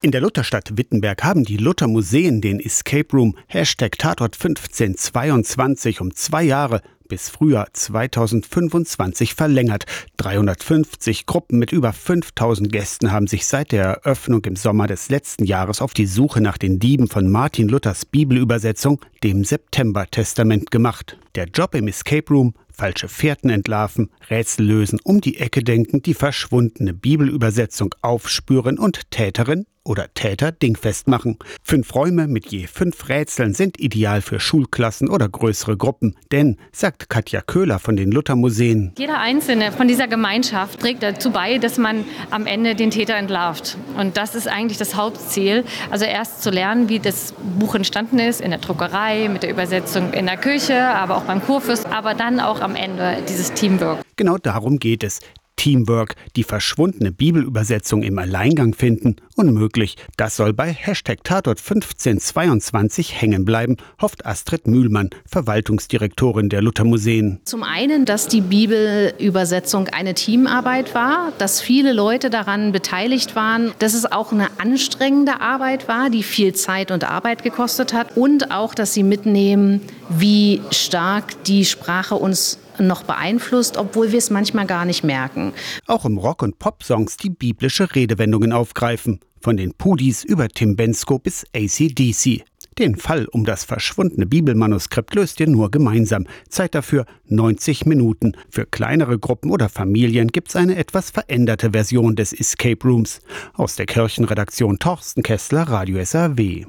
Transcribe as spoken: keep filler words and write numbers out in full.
In der Lutherstadt Wittenberg haben die Luthermuseen den Escape Room Hashtag Tatort fünfzehnhundertzweiundzwanzig um zwei Jahre bis Frühjahr zweitausendfünfundzwanzig verlängert. dreihundertfünfzig Gruppen mit über fünftausend Gästen haben sich seit der Eröffnung im Sommer des letzten Jahres auf die Suche nach den Dieben von Martin Luthers Bibelübersetzung, dem September-Testament, gemacht. Der Job im Escape Room: falsche Fährten entlarven, Rätsel lösen, um die Ecke denken, die verschwundene Bibelübersetzung aufspüren und Täterin oder Täter dingfest machen. Fünf Räume mit je fünf Rätseln sind ideal für Schulklassen oder größere Gruppen. Denn, sagt Katja Köhler von den Luthermuseen, jeder Einzelne von dieser Gemeinschaft trägt dazu bei, dass man am Ende den Täter entlarvt. Und das ist eigentlich das Hauptziel. Also erst zu lernen, wie das Buch entstanden ist, in der Druckerei, mit der Übersetzung in der Küche, aber auch beim Kurfürst, aber dann auch am Ende dieses Teamwork. Genau darum geht es. Teamwork, die verschwundene Bibelübersetzung im Alleingang finden, unmöglich. Das soll bei Hashtag Tatort fünfzehnhundertzweiundzwanzig hängen bleiben, hofft Astrid Mühlmann, Verwaltungsdirektorin der Luthermuseen. Zum einen, dass die Bibelübersetzung eine Teamarbeit war, dass viele Leute daran beteiligt waren, dass es auch eine anstrengende Arbeit war, die viel Zeit und Arbeit gekostet hat, und auch, dass sie mitnehmen, wie stark die Sprache uns noch beeinflusst, obwohl wir es manchmal gar nicht merken. Auch im Rock- und Pop-Songs die biblische Redewendungen aufgreifen. Von den Pudis über Tim Bendzko bis A C D C. Den Fall um das verschwundene Bibelmanuskript löst ihr nur gemeinsam. Zeit dafür neunzig Minuten. Für kleinere Gruppen oder Familien gibt's eine etwas veränderte Version des Escape Rooms. Aus der Kirchenredaktion Torsten Kessler, Radio S R W.